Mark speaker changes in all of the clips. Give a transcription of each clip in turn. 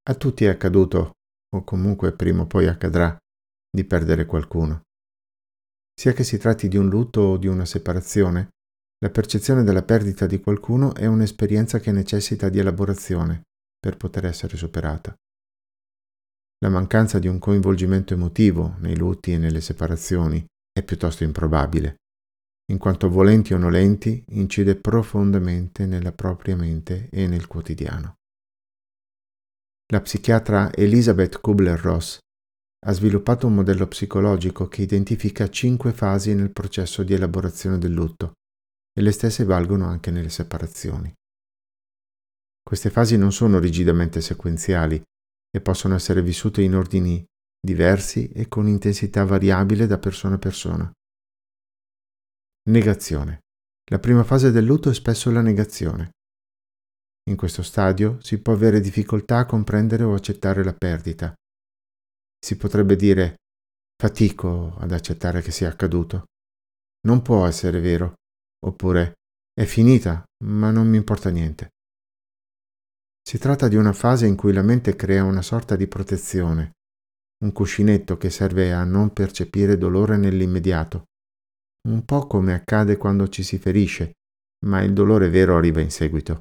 Speaker 1: A tutti è accaduto, o comunque prima o poi accadrà, di perdere qualcuno. Sia che si tratti di un lutto o di una separazione, la percezione della perdita di qualcuno è un'esperienza che necessita di elaborazione per poter essere superata. La mancanza di un coinvolgimento emotivo nei lutti e nelle separazioni è piuttosto improbabile, in quanto volenti o nolenti incide profondamente nella propria mente e nel quotidiano. La psichiatra Elisabeth Kubler-Ross ha sviluppato un modello psicologico che identifica 5 fasi nel processo di elaborazione del lutto e le stesse valgono anche nelle separazioni. Queste fasi non sono rigidamente sequenziali e possono essere vissute in ordini diversi e con intensità variabile da persona a persona. Negazione. La prima fase del lutto è spesso la negazione. In questo stadio si può avere difficoltà a comprendere o accettare la perdita. Si potrebbe dire: fatico ad accettare che sia accaduto. Non può essere vero. Oppure: è finita, ma non mi importa niente. Si tratta di una fase in cui la mente crea una sorta di protezione, un cuscinetto che serve a non percepire dolore nell'immediato, un po' come accade quando ci si ferisce, ma il dolore vero arriva in seguito.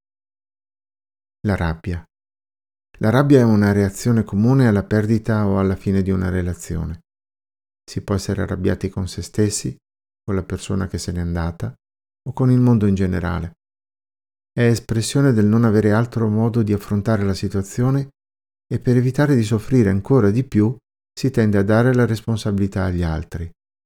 Speaker 1: La rabbia. La rabbia è una reazione comune alla perdita o alla fine di una relazione. Si può essere arrabbiati con se stessi, con la persona che se n'è andata o con il mondo in generale. È espressione del non avere altro modo di affrontare la situazione e per evitare di soffrire ancora di più si tende a dare la responsabilità agli altri.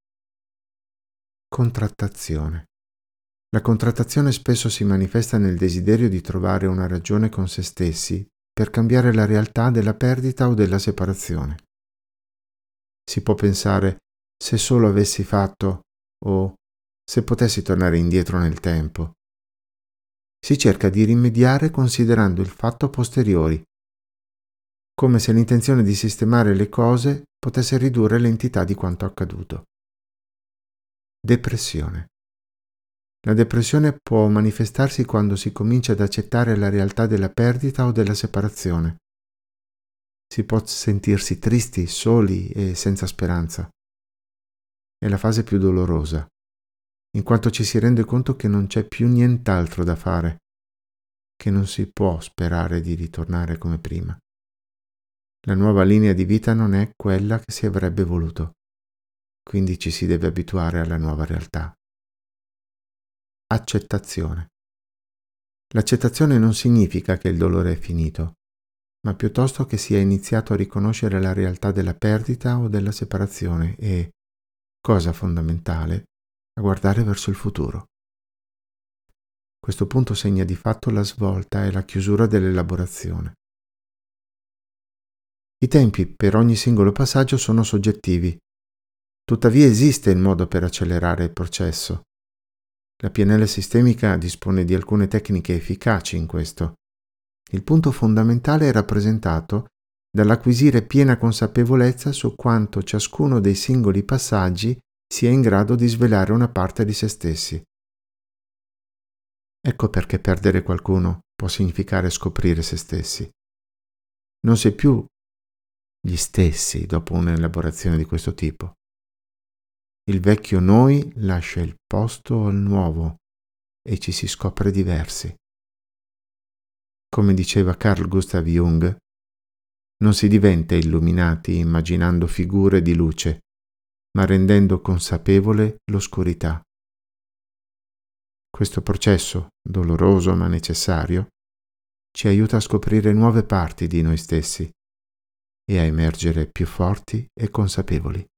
Speaker 1: Contrattazione. La contrattazione spesso si manifesta nel desiderio di trovare una ragione con se stessi per cambiare la realtà della perdita o della separazione. Si può pensare: se solo avessi fatto, o se potessi tornare indietro nel tempo. Si cerca di rimediare considerando il fatto a posteriori, come se l'intenzione di sistemare le cose potesse ridurre l'entità di quanto accaduto. Depressione. La depressione può manifestarsi quando si comincia ad accettare la realtà della perdita o della separazione. Si può sentirsi tristi, soli e senza speranza. È la fase più dolorosa, in quanto ci si rende conto che non c'è più nient'altro da fare, che non si può sperare di ritornare come prima. La nuova linea di vita non è quella che si avrebbe voluto, quindi ci si deve abituare alla nuova realtà. Accettazione. L'accettazione non significa che il dolore è finito, ma piuttosto che si è iniziato a riconoscere la realtà della perdita o della separazione e, cosa fondamentale, a guardare verso il futuro. Questo punto segna di fatto la svolta e la chiusura dell'elaborazione. I tempi per ogni singolo passaggio sono soggettivi, tuttavia esiste il modo per accelerare il processo. La PNL sistemica dispone di alcune tecniche efficaci in questo. Il punto fondamentale è rappresentato dall'acquisire piena consapevolezza su quanto ciascuno dei singoli passaggi sia in grado di svelare una parte di se stessi. Ecco perché perdere qualcuno può significare scoprire se stessi. Non si è più gli stessi dopo un'elaborazione di questo tipo. Il vecchio noi lascia il posto al nuovo e ci si scopre diversi. Come diceva Carl Gustav Jung, non si diventa illuminati immaginando figure di luce, ma rendendo consapevole l'oscurità. Questo processo, doloroso ma necessario, ci aiuta a scoprire nuove parti di noi stessi e a emergere più forti e consapevoli.